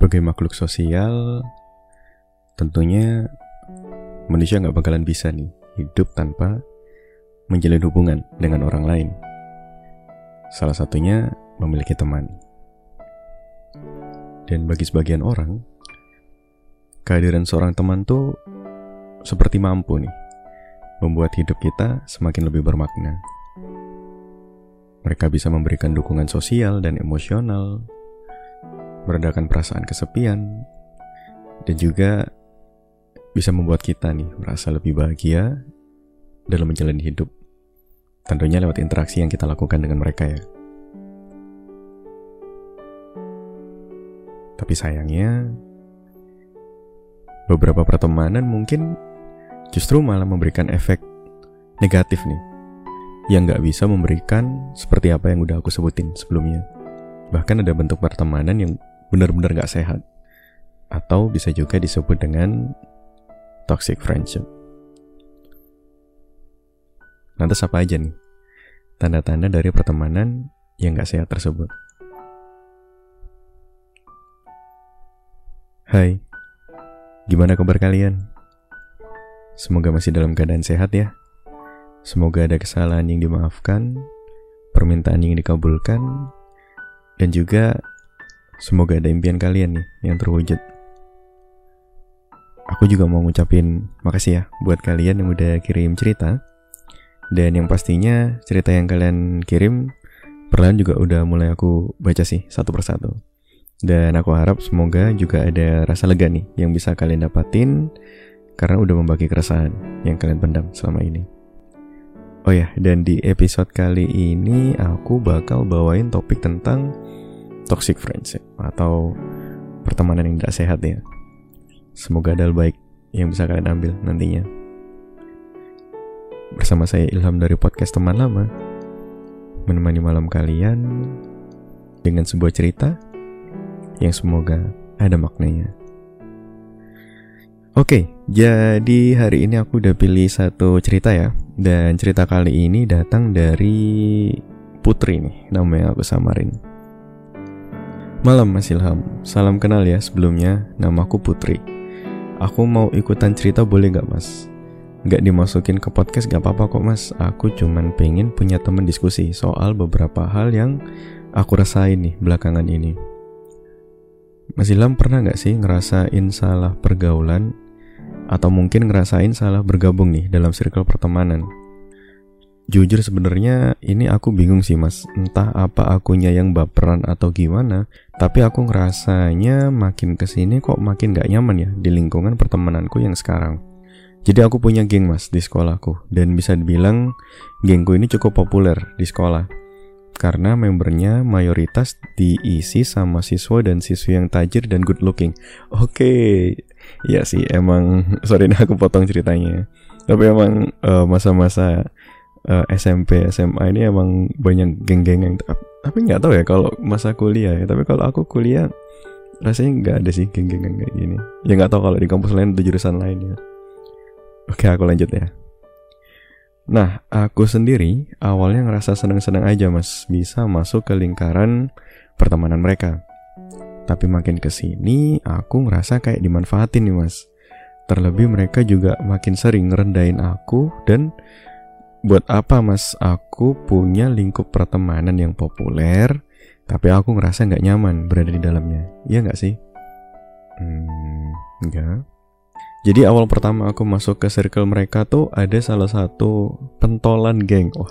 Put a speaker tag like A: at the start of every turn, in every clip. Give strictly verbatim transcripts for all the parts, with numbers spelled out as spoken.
A: Sebagai makhluk sosial, tentunya manusia gak bakalan bisa nih hidup tanpa menjalin hubungan dengan orang lain. Salah satunya memiliki teman. Dan bagi sebagian orang, kehadiran seorang teman tuh seperti mampu nih membuat hidup kita semakin lebih bermakna. Mereka bisa memberikan dukungan sosial dan emosional, meredakan perasaan kesepian, dan juga bisa membuat kita nih merasa lebih bahagia dalam menjalani hidup. Tentunya lewat interaksi yang kita lakukan dengan mereka ya. Tapi sayangnya, beberapa pertemanan mungkin justru malah memberikan efek negatif nih, yang gak bisa memberikan seperti apa yang udah aku sebutin sebelumnya. Bahkan ada bentuk pertemanan yang benar-benar gak sehat, atau bisa juga disebut dengan toxic friendship. Lantas apa aja nih tanda-tanda dari pertemanan yang gak sehat tersebut? Hai, gimana kabar kalian? Semoga masih dalam keadaan sehat ya. Semoga ada kesalahan yang dimaafkan, permintaan yang dikabulkan, dan juga semoga ada impian kalian nih yang terwujud. Aku juga mau ngucapin makasih ya buat kalian yang udah kirim cerita. Dan yang pastinya cerita yang kalian kirim perlahan juga udah mulai aku baca sih satu persatu. Dan aku harap semoga juga ada rasa lega nih yang bisa kalian dapatin karena udah membagi keresahan yang kalian pendam selama ini. Oh ya, dan di episode kali ini aku bakal bawain topik tentang toxic friendship atau pertemanan yang tidak sehat ya. Semoga ada hal baik yang bisa kalian ambil nantinya. Bersama saya Ilham dari podcast Teman Lama, menemani malam kalian dengan sebuah cerita yang semoga ada maknanya. Oke, jadi hari ini aku udah pilih satu cerita ya. Dan cerita kali ini datang dari Putri nih, namanya aku samarin. Malam Mas Ilham, salam kenal ya sebelumnya, namaku Putri. Aku mau ikutan cerita boleh gak mas? Gak dimasukin ke podcast gak apa-apa kok mas. Aku cuman pengen punya teman diskusi soal beberapa hal yang aku rasain nih belakangan ini. Mas Ilham pernah gak sih ngerasain salah pergaulan, atau mungkin ngerasain salah bergabung nih dalam circle pertemanan? Jujur sebenarnya ini aku bingung sih mas. Entah apa akunya yang baperan atau gimana, tapi aku ngerasanya makin kesini kok makin gak nyaman ya di lingkungan pertemananku yang sekarang. Jadi aku punya geng mas di sekolahku, dan bisa dibilang gengku ini cukup populer di sekolah karena membernya mayoritas diisi sama siswa dan siswi yang tajir dan good looking. Oke, ya sih emang, sorry nih aku potong ceritanya. Tapi emang uh, masa-masa uh, S M P, S M A ini emang banyak geng-geng yang, tapi nggak tahu ya kalau masa kuliah ya. Tapi kalau aku kuliah rasanya nggak ada sih geng-geng yang kayak gini. Ya nggak tahu kalau di kampus lain atau jurusan lain ya. Oke, aku lanjut ya. Nah, aku sendiri awalnya ngerasa senang-senang aja mas bisa masuk ke lingkaran pertemanan mereka. Tapi makin kesini aku ngerasa kayak dimanfaatin nih mas. Terlebih mereka juga makin sering ngerendahin aku. Dan buat apa mas aku punya lingkup pertemanan yang populer, tapi aku ngerasa gak nyaman berada di dalamnya. Iya gak sih? Hmm, enggak. Jadi awal pertama aku masuk ke circle mereka tuh ada salah satu pentolan geng. Oh,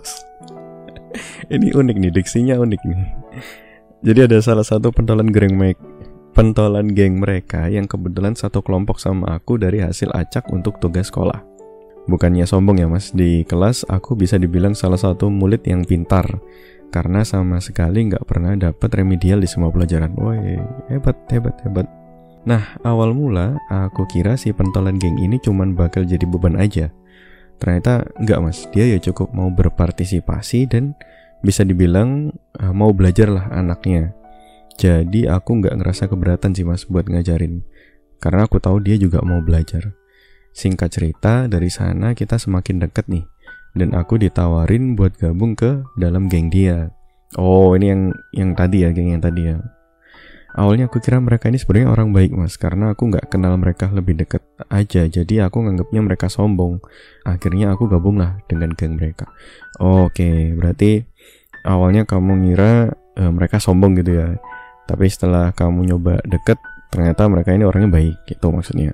A: ini unik nih, diksinya unik nih. Jadi ada salah satu pentolan geng mereka, pentolan geng mereka yang kebetulan satu kelompok sama aku dari hasil acak untuk tugas sekolah. Bukannya sombong ya mas, di kelas aku bisa dibilang salah satu murid yang pintar karena sama sekali gak pernah dapat remedial di semua pelajaran. Woi, hebat, hebat, hebat. Nah, awal mula aku kira si pentolan geng ini cuman bakal jadi beban aja. Ternyata enggak mas, dia ya cukup mau berpartisipasi dan bisa dibilang uh, mau belajar lah anaknya. Jadi aku enggak ngerasa keberatan sih mas buat ngajarin, karena aku tahu dia juga mau belajar. Singkat cerita, dari sana kita semakin dekat nih, dan aku ditawarin buat gabung ke dalam geng dia. Oh, ini yang yang tadi ya, geng yang tadi ya. Awalnya aku kira mereka ini sebenarnya orang baik mas, karena aku nggak kenal mereka lebih dekat aja, jadi aku nganggapnya mereka sombong. Akhirnya aku gabung lah dengan geng mereka. Oke, berarti awalnya kamu ngira e, mereka sombong gitu ya, tapi setelah kamu nyoba deket, ternyata mereka ini orangnya baik, gitu maksudnya.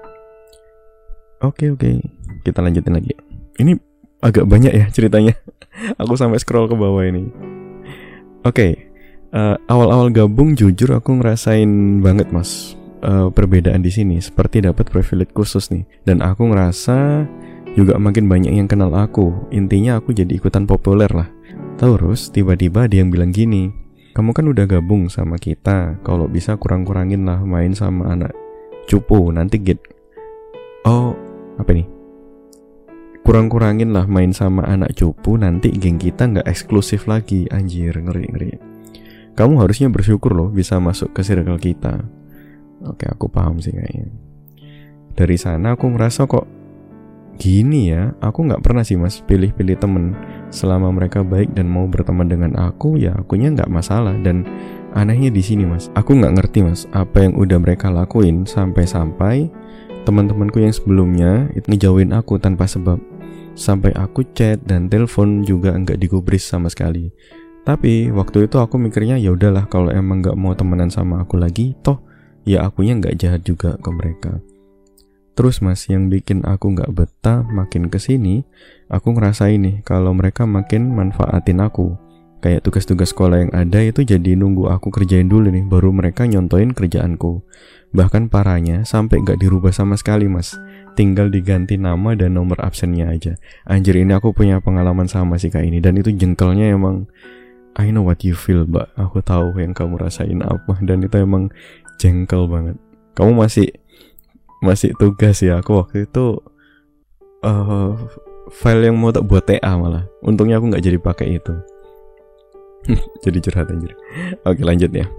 A: Oke oke, kita lanjutin lagi. Ini agak banyak ya ceritanya. Aku sampai scroll ke bawah ini. Oke. Uh, awal-awal gabung jujur aku ngerasain banget mas uh, perbedaan di sini, seperti dapat privilege khusus nih, dan aku ngerasa juga makin banyak yang kenal aku. Intinya aku jadi ikutan populer lah. Terus tiba-tiba dia yang bilang gini, kamu kan udah gabung sama kita, kalau bisa kurang-kurangin lah main sama anak cupu, nanti get oh apa nih kurang-kurangin lah main sama anak cupu, nanti geng kita nggak eksklusif lagi. Anjir, ngeri ngeri. Kamu harusnya bersyukur loh bisa masuk ke circle kita. Oke, aku paham sih kayaknya. Dari sana aku ngerasa kok gini ya, aku gak pernah sih mas pilih-pilih temen. Selama mereka baik dan mau berteman dengan aku, ya akunya gak masalah. Dan anehnya di sini mas, aku gak ngerti mas apa yang udah mereka lakuin sampai-sampai teman-temanku yang sebelumnya itu ngejauhin aku tanpa sebab. Sampai aku chat dan telepon juga gak digubris sama sekali. Tapi waktu itu aku mikirnya ya udahlah, kalau emang nggak mau temenan sama aku lagi, toh ya akunya nggak jahat juga ke mereka. Terus mas, yang bikin aku nggak betah makin kesini, aku ngerasain nih kalau mereka makin manfaatin aku. Kayak tugas-tugas sekolah yang ada itu jadi nunggu aku kerjain dulu nih, baru mereka nyontoin kerjaanku. Bahkan parahnya sampai nggak dirubah sama sekali mas, tinggal diganti nama dan nomor absennya aja. Anjir, ini aku punya pengalaman sama sih kayak ini, dan itu jengkelnya emang. I know what you feel, mbak. Aku tahu yang kamu rasain apa, dan itu emang jengkel banget. Kamu masih masih tugas ya. Aku waktu itu uh, file yang mau tak buat T A malah. Untungnya aku nggak jadi pakai itu. Jadi curhat anjir. Oke, lanjut ya.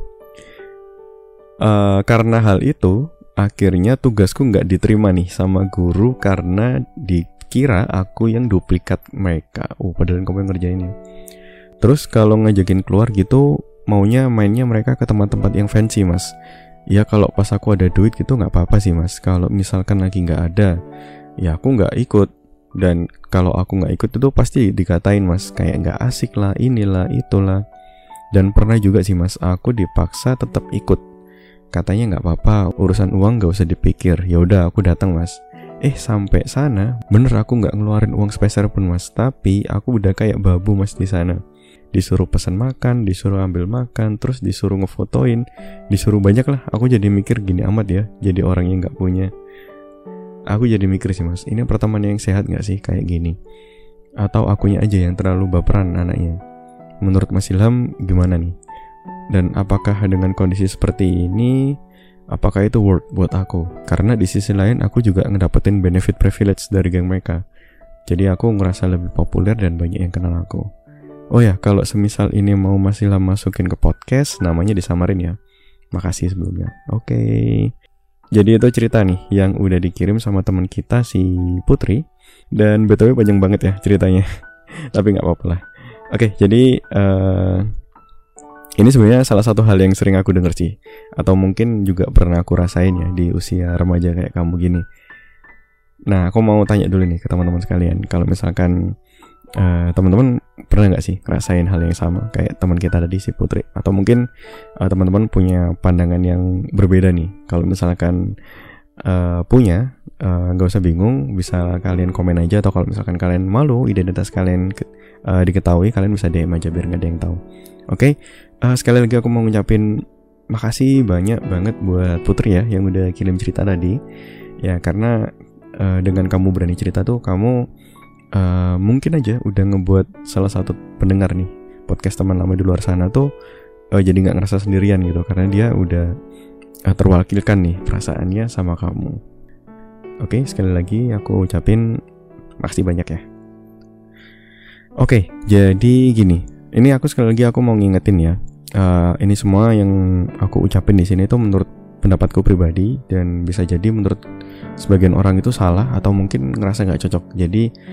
A: Uh, karena hal itu, akhirnya tugasku nggak diterima nih sama guru karena dikira aku yang duplikat mereka. Oh, padahal kamu yang ngerjainnya. Terus kalau ngajakin keluar gitu, maunya mainnya mereka ke tempat-tempat yang fancy mas. Ya kalau pas aku ada duit gitu gak apa-apa sih mas. Kalau misalkan lagi gak ada, ya aku gak ikut. Dan kalau aku gak ikut itu pasti dikatain mas, kayak gak asik lah, inilah, itulah. Dan pernah juga sih mas, aku dipaksa tetap ikut. Katanya gak apa-apa, urusan uang gak usah dipikir. Ya udah aku datang mas. Eh sampai sana, bener aku gak ngeluarin uang sepeser pun mas. Tapi aku udah kayak babu mas di sana. Disuruh pesan makan, disuruh ambil makan, terus disuruh ngefotoin, disuruh banyak lah. Aku jadi mikir gini amat ya, jadi orang yang gak punya. Aku jadi mikir sih mas, ini pertemanan yang sehat gak sih kayak gini? Atau akunya aja yang terlalu baperan anaknya? Menurut Mas Ilham gimana nih? Dan apakah dengan kondisi seperti ini, apakah itu worth buat aku? Karena di sisi lain aku juga ngedapetin benefit privilege dari geng mereka. Jadi aku ngerasa lebih populer dan banyak yang kenal aku. Oh ya, kalau semisal ini mau Mas Ilham masukin ke podcast, namanya disamarin ya. Makasih sebelumnya. Oke. Okay. Jadi itu cerita nih yang udah dikirim sama teman kita si Putri. Dan btw panjang banget ya ceritanya. Tapi gak apa-apa lah. Oke, okay, jadi uh, ini sebenarnya salah satu hal yang sering aku denger sih. Atau mungkin juga pernah aku rasain ya di usia remaja kayak kamu gini. Nah, aku mau tanya dulu nih ke teman-teman sekalian. Kalau misalkan Uh, teman-teman pernah nggak sih ngerasain hal yang sama kayak teman kita tadi si Putri? Atau mungkin uh, teman-teman punya pandangan yang berbeda nih. Kalau misalkan uh, punya, nggak uh, usah bingung, bisa kalian komen aja. Atau kalau misalkan kalian malu identitas kalian uh, diketahui, kalian bisa D M aja biar nggak ada yang tahu. Oke, okay? uh, sekali lagi aku mau ngucapin makasih banyak banget buat Putri ya yang udah kirim cerita tadi. Ya karena uh, dengan kamu berani cerita tuh kamu Uh, mungkin aja udah ngebuat salah satu pendengar nih podcast teman lama di luar sana tuh uh, jadi gak ngerasa sendirian gitu. Karena dia udah uh, terwakilkan nih perasaannya sama kamu. Oke, okay, sekali lagi aku ucapin makasih banyak ya. Oke, okay, jadi gini. Ini aku sekali lagi aku mau ngingetin ya. Uh, ini semua yang aku ucapin di sini tuh menurut pendapatku pribadi. Dan bisa jadi menurut sebagian orang itu salah atau mungkin ngerasa gak cocok. Jadi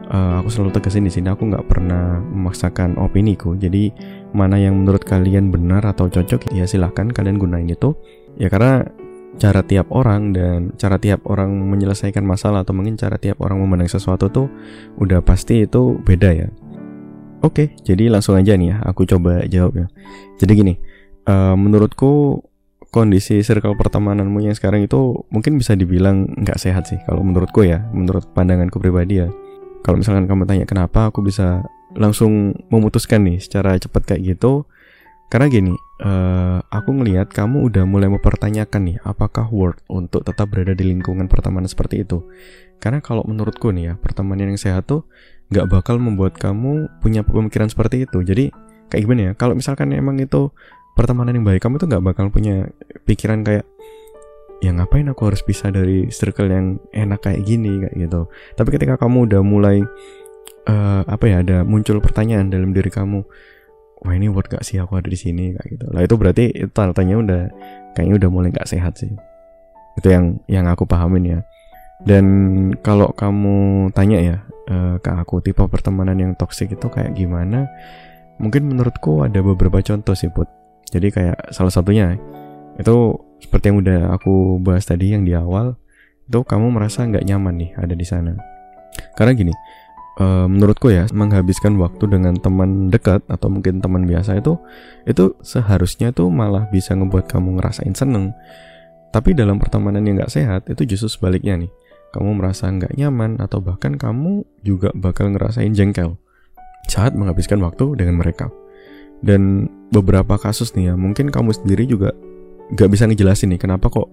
A: uh, aku selalu tegasin di sini, aku nggak pernah memaksakan opiniku. Jadi mana yang menurut kalian benar atau cocok, ya silahkan kalian gunain itu. Ya karena cara tiap orang dan cara tiap orang menyelesaikan masalah atau mungkin cara tiap orang memandang sesuatu tuh udah pasti itu beda ya. Oke, jadi langsung aja nih ya, aku coba jawab ya. Jadi gini, uh, menurutku kondisi circle pertemananmu yang sekarang itu mungkin bisa dibilang nggak sehat sih. Kalau menurutku ya, menurut pandanganku pribadi ya. Kalau misalkan kamu tanya kenapa aku bisa langsung memutuskan nih secara cepat kayak gitu, karena gini, uh, aku ngelihat kamu udah mulai mempertanyakan nih, apakah worth untuk tetap berada di lingkungan pertemanan seperti itu. Karena kalau menurutku nih ya, pertemanan yang sehat tuh gak bakal membuat kamu punya pemikiran seperti itu. Jadi kayak gimana ya, kalau misalkan emang itu pertemanan yang baik, kamu tuh gak bakal punya pikiran kayak, ya ngapain aku harus pisah dari circle yang enak kayak gini, kayak gitu. Tapi ketika kamu udah mulai uh, apa ya, ada muncul pertanyaan dalam diri kamu, wah ini worth gak sih aku ada di sini, kayak gitu. Lah itu berarti itu tanda-tandanya udah kayaknya udah mulai gak sehat sih. Itu yang yang aku pahamin ya. Dan kalau kamu tanya ya uh, ke aku tipe pertemanan yang toksik itu kayak gimana, mungkin menurutku ada beberapa contoh sih Put. Jadi kayak salah satunya itu seperti yang udah aku bahas tadi yang di awal, itu kamu merasa nggak nyaman nih ada di sana. Karena gini, uh, menurutku ya, menghabiskan waktu dengan teman dekat atau mungkin teman biasa itu itu seharusnya tuh malah bisa ngebuat kamu ngerasain seneng. Tapi dalam pertemanan yang nggak sehat itu justru sebaliknya nih, kamu merasa nggak nyaman atau bahkan kamu juga bakal ngerasain jengkel saat menghabiskan waktu dengan mereka. Dan beberapa kasus nih ya, mungkin kamu sendiri juga nggak bisa ngejelasin nih kenapa kok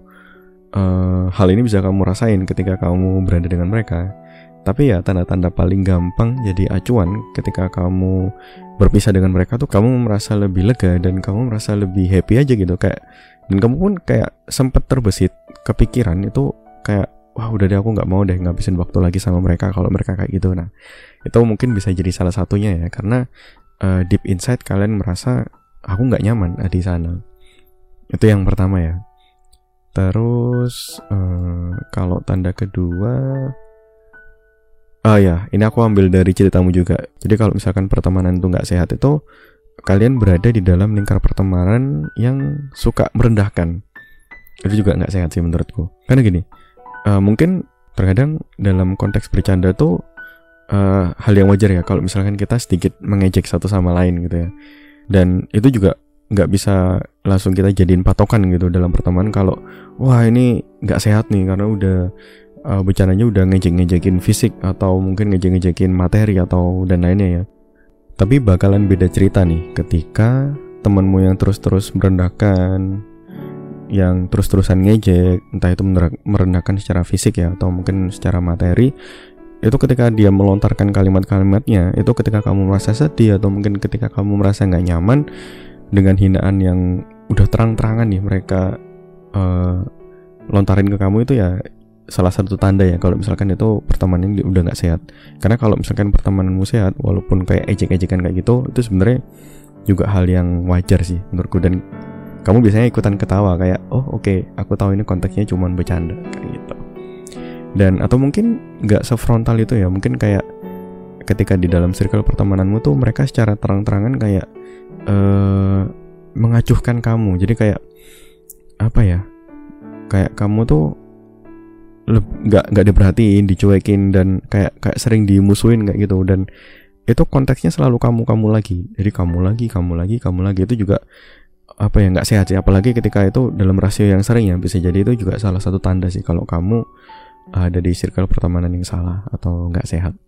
A: uh, hal ini bisa kamu rasain ketika kamu berada dengan mereka. Tapi ya tanda-tanda paling gampang jadi acuan ketika kamu berpisah dengan mereka tuh kamu merasa lebih lega dan kamu merasa lebih happy aja gitu, kayak, dan kamu pun kayak sempet terbesit kepikiran itu kayak, wah udah deh aku nggak mau deh ngabisin waktu lagi sama mereka kalau mereka kayak gitu. Nah itu mungkin bisa jadi salah satunya ya, karena uh, deep inside kalian merasa aku nggak nyaman di sana. Itu yang pertama ya. Terus uh, kalau tanda kedua, oh ya ini aku ambil dari ceritamu juga. Jadi kalau misalkan pertemanan itu nggak sehat itu kalian berada di dalam lingkar pertemanan yang suka merendahkan. Itu juga nggak sehat sih menurutku. Karena gini, Uh, mungkin terkadang dalam konteks bercanda tuh uh, hal yang wajar ya kalau misalkan kita sedikit mengejek satu sama lain gitu ya. Dan itu juga nggak bisa langsung kita jadiin patokan gitu dalam pertemanan kalau wah ini nggak sehat nih karena udah uh, bercandanya udah ngejek-ngejekin fisik atau mungkin ngejek-ngejekin materi atau dan lainnya ya. Tapi bakalan beda cerita nih ketika temanmu yang terus-terus merendahkan, yang terus-terusan ngejek, entah itu merendahkan secara fisik ya atau mungkin secara materi, itu ketika dia melontarkan kalimat-kalimatnya, itu ketika kamu merasa sedih atau mungkin ketika kamu merasa gak nyaman dengan hinaan yang udah terang-terangan nih mereka uh, lontarin ke kamu, itu ya salah satu tanda ya kalau misalkan itu pertemanan ini udah gak sehat. Karena kalau misalkan pertemananmu sehat, walaupun kayak ejek-ejekan kayak gitu, itu sebenarnya juga hal yang wajar sih menurutku. Dan kamu biasanya ikutan ketawa kayak, oh oke, okay, aku tahu ini konteksnya cuma bercanda kayak gitu. Dan atau mungkin nggak sefrontal itu ya, mungkin kayak ketika di dalam circle pertemananmu tuh mereka secara terang-terangan kayak uh, mengacuhkan kamu. Jadi kayak apa ya? Kayak kamu tuh nggak nggak diperhatiin, dicuekin dan kayak kayak sering dimusuhin kayak gitu. Dan itu konteksnya selalu kamu kamu lagi. Jadi kamu lagi, kamu lagi, kamu lagi, itu juga apa ya, nggak sehat sih. Apalagi ketika itu dalam rasio yang sering ya, bisa jadi itu juga salah satu tanda sih kalau kamu ada di circle pertemanan yang salah atau nggak sehat.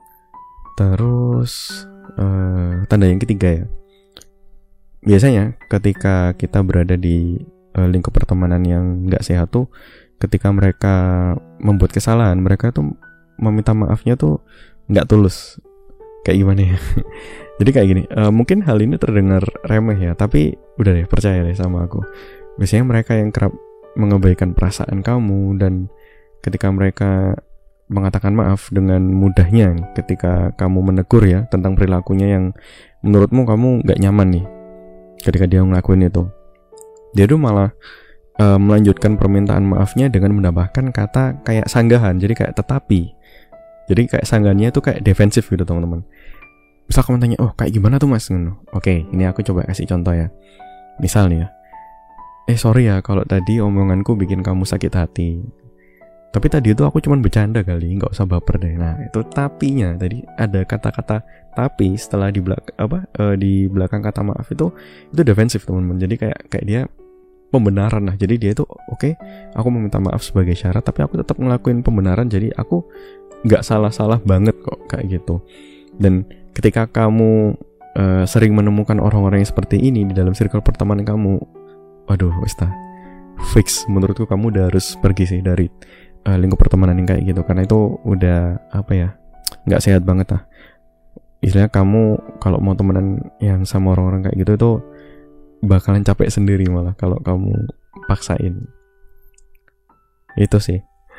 A: Terus uh, tanda yang ketiga ya, biasanya ketika kita berada di uh, lingkup pertemanan yang nggak sehat tuh, ketika mereka membuat kesalahan, mereka tuh meminta maafnya tuh nggak tulus. Kayak gimana ya? Jadi kayak gini, uh, mungkin hal ini terdengar remeh ya, tapi udah deh, percaya deh sama aku. Biasanya mereka yang kerap mengabaikan perasaan kamu, dan ketika mereka mengatakan maaf dengan mudahnya ketika kamu menegur ya tentang perilakunya yang menurutmu kamu gak nyaman nih, ketika dia ngelakuin itu, dia tuh malah uh, melanjutkan permintaan maafnya dengan menambahkan kata kayak sanggahan. Jadi kayak tetapi, Jadi kayak sanggaannya tuh kayak defensif gitu teman-teman. Misal kamu tanya, oh kayak gimana tuh mas? Oke, ini aku coba kasih contoh ya. Misal nih ya, eh sorry ya kalau tadi omonganku bikin kamu sakit hati. Tapi tadi itu aku cuman bercanda kali, nggak usah baper deh. Nah itu tapinya tadi ada kata-kata tapi setelah di belakang apa uh, di belakang kata maaf itu itu defensif teman-teman. Jadi kayak kayak dia pembenaran lah. Jadi dia itu oke, okay, aku meminta maaf sebagai syarat, tapi aku tetap ngelakuin pembenaran. Jadi aku nggak salah-salah banget kok kayak gitu. Dan ketika kamu uh, sering menemukan orang-orang yang seperti ini di dalam circle pertemanan kamu, waduh, wes ta, fix menurutku kamu udah harus pergi sih dari Uh, lingkup pertemanan yang kayak gitu, karena itu udah apa ya, nggak sehat banget lah. Istilahnya kamu kalau mau temenan yang sama orang-orang kayak gitu itu bakalan capek sendiri malah kalau kamu paksain. Itu sih.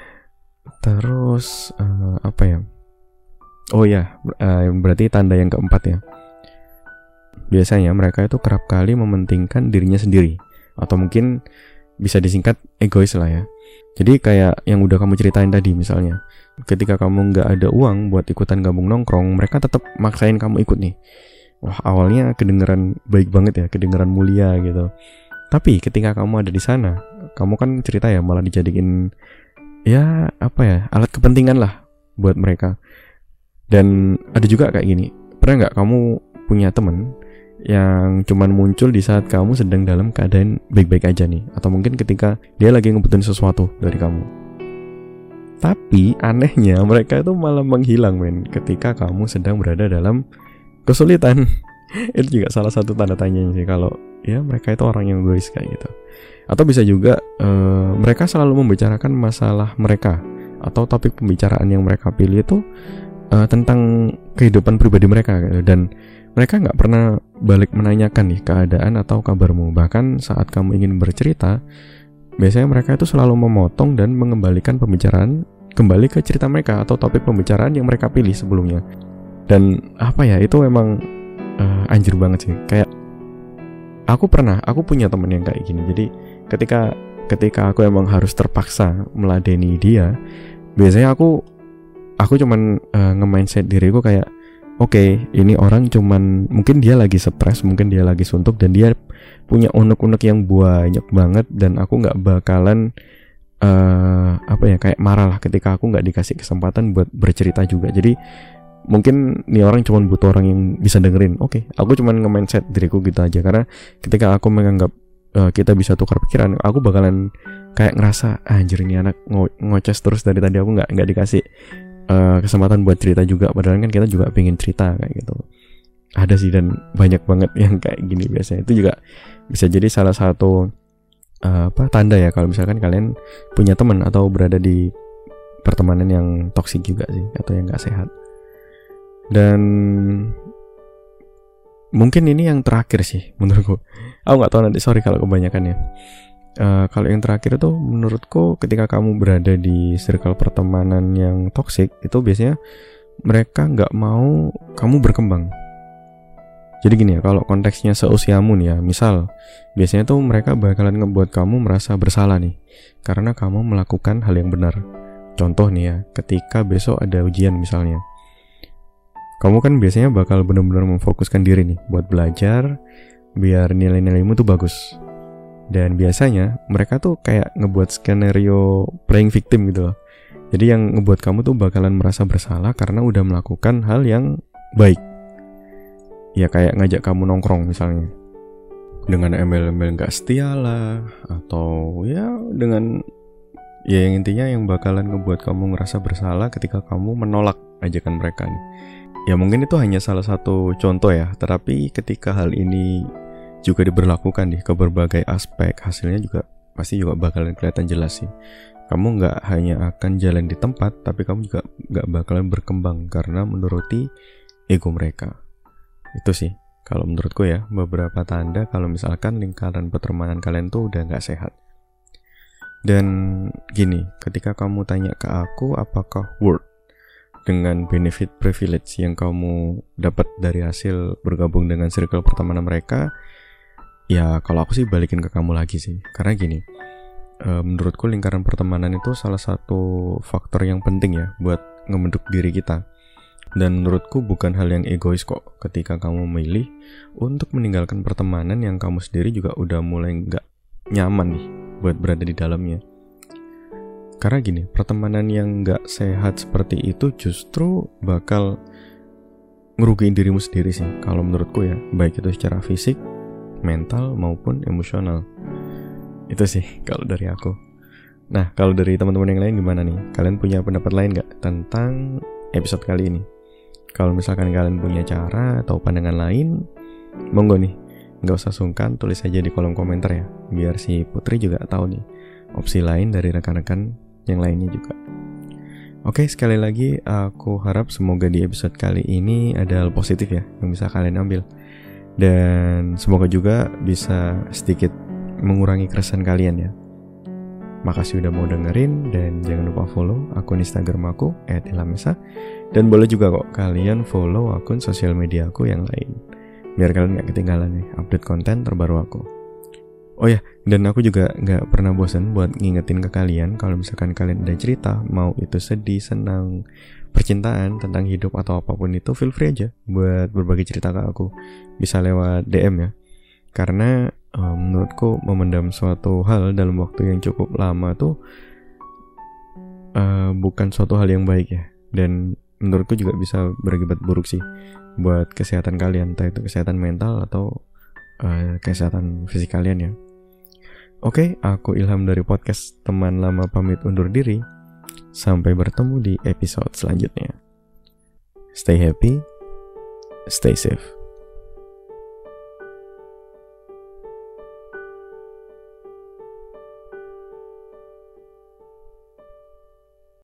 A: Terus uh, apa ya? Oh ya, uh, berarti tanda yang keempat ya. Biasanya mereka itu kerap kali mementingkan dirinya sendiri, atau mungkin bisa disingkat egois lah ya. Jadi kayak yang udah kamu ceritain tadi misalnya, ketika kamu nggak ada uang buat ikutan gabung nongkrong, mereka tetap maksain kamu ikut nih. Wah, awalnya kedengeran baik banget ya, kedengeran mulia gitu. Tapi ketika kamu ada di sana, kamu kan cerita ya malah dijadiin ya apa ya, alat kepentingan lah buat mereka. Dan ada juga kayak gini, pernah nggak kamu punya temen yang cuman muncul di saat kamu sedang dalam keadaan baik-baik aja nih, atau mungkin ketika dia lagi ngebutuhin sesuatu dari kamu. Tapi anehnya mereka itu malah menghilang men ketika kamu sedang berada dalam kesulitan. Itu juga salah satu tanda tanya sih kalau ya mereka itu orang yang egois kayak gitu. Atau bisa juga uh, mereka selalu membicarakan masalah mereka, atau topik pembicaraan yang mereka pilih itu uh, tentang kehidupan pribadi mereka gitu. Dan mereka nggak pernah balik menanyakan nih keadaan atau kabarmu. Bahkan saat kamu ingin bercerita, biasanya mereka itu selalu memotong dan mengembalikan pembicaraan kembali ke cerita mereka atau topik pembicaraan yang mereka pilih sebelumnya. Dan apa ya, itu memang uh, anjir banget sih. Kayak aku pernah, aku punya temen yang kayak gini. Jadi ketika ketika aku emang harus terpaksa meladeni dia, biasanya aku aku cuman uh, nge-mindset diriku kayak, oke, okay, ini orang cuman mungkin dia lagi stres, mungkin dia lagi suntuk, dan dia punya unek-unek yang banyak banget, dan aku nggak bakalan uh, apa ya kayak marah lah ketika aku nggak dikasih kesempatan buat bercerita juga. Jadi mungkin nih orang cuman butuh orang yang bisa dengerin. Oke, okay, aku cuman nge-mindset diriku gitu aja, karena ketika aku menganggap uh, kita bisa tukar pikiran, aku bakalan kayak ngerasa ah, anjir ini anak ngo- ngoces terus dari tadi, aku nggak nggak dikasih Uh, kesempatan buat cerita juga, padahal kan kita juga pengen cerita kayak gitu. Ada sih, dan banyak banget yang kayak gini biasanya. Itu juga bisa jadi salah satu uh, apa tanda ya kalau misalkan kalian punya teman atau berada di pertemanan yang toksik juga sih, atau yang nggak sehat. Dan mungkin ini yang terakhir sih menurutku. Aku nggak tahu nanti, sorry kalau kebanyakan ya. Uh, kalau yang terakhir itu menurutku ketika kamu berada di circle pertemanan yang toksik, itu biasanya mereka nggak mau kamu berkembang. Jadi gini ya, kalau konteksnya seusiamu nih ya, misal biasanya tuh mereka bakalan ngebuat kamu merasa bersalah nih karena kamu melakukan hal yang benar. Contoh nih ya, ketika besok ada ujian misalnya, kamu kan biasanya bakal benar-benar memfokuskan diri nih buat belajar biar nilai-nilaimu tuh bagus. Dan biasanya mereka tuh kayak ngebuat skenario playing victim gitu loh. Jadi yang ngebuat kamu tuh bakalan merasa bersalah karena udah melakukan hal yang baik. Ya kayak ngajak kamu nongkrong misalnya, dengan embel-embel gak setia lah, atau ya dengan ya yang intinya yang bakalan ngebuat kamu ngerasa bersalah ketika kamu menolak ajakan mereka nih. Ya mungkin itu hanya salah satu contoh ya, tetapi ketika hal ini juga diberlakukan di ke berbagai aspek, hasilnya juga pasti juga bakalan kelihatan jelas sih. Kamu nggak hanya akan jalan di tempat, tapi kamu juga nggak bakalan berkembang karena menuruti ego mereka. Itu sih kalau menurutku ya, beberapa tanda kalau misalkan lingkaran pertemanan kalian tuh udah nggak sehat. Dan gini, ketika kamu tanya ke aku apakah worth dengan benefit privilege yang kamu dapat dari hasil bergabung dengan circle pertemanan mereka, ya kalau aku sih balikin ke kamu lagi sih. Karena gini, e, menurutku lingkaran pertemanan itu salah satu faktor yang penting ya buat ngebentuk diri kita. Dan menurutku bukan hal yang egois kok ketika kamu memilih untuk meninggalkan pertemanan yang kamu sendiri juga udah mulai gak nyaman nih buat berada di dalamnya. Karena gini, pertemanan yang gak sehat seperti itu justru bakal ngerugiin dirimu sendiri sih kalau menurutku ya, baik itu secara fisik, mental maupun emosional. Itu sih kalau dari aku. Nah, kalau dari teman-teman yang lain gimana nih? Kalian punya pendapat lain gak tentang episode kali ini? Kalau misalkan kalian punya cara atau pandangan lain, monggo nih, gak usah sungkan, tulis aja di kolom komentar ya, biar si Putri juga tahu nih opsi lain dari rekan-rekan yang lainnya juga. Oke, sekali lagi aku harap semoga di episode kali ini ada hal positif ya yang bisa kalian ambil. Dan semoga juga bisa sedikit mengurangi keresahan kalian ya. Makasih udah mau dengerin, dan jangan lupa follow akun Instagram aku et ilamesa, dan boleh juga kok kalian follow akun sosial media aku yang lain biar kalian gak ketinggalan nih update konten terbaru aku. Oh ya, dan aku juga gak pernah bosan buat ngingetin ke kalian kalau misalkan kalian ada cerita, mau itu sedih, senang, percintaan, tentang hidup atau apapun itu, feel free aja buat berbagi cerita ke aku. Bisa lewat D M ya. Karena uh, menurutku memendam suatu hal dalam waktu yang cukup lama tuh uh, bukan suatu hal yang baik ya. Dan menurutku juga bisa berakibat buruk sih buat kesehatan kalian, entah itu kesehatan mental atau uh, kesehatan fisik kalian ya. Oke, aku Ilham dari podcast Teman Lama pamit undur diri. Sampai bertemu di episode selanjutnya. Stay happy, stay safe.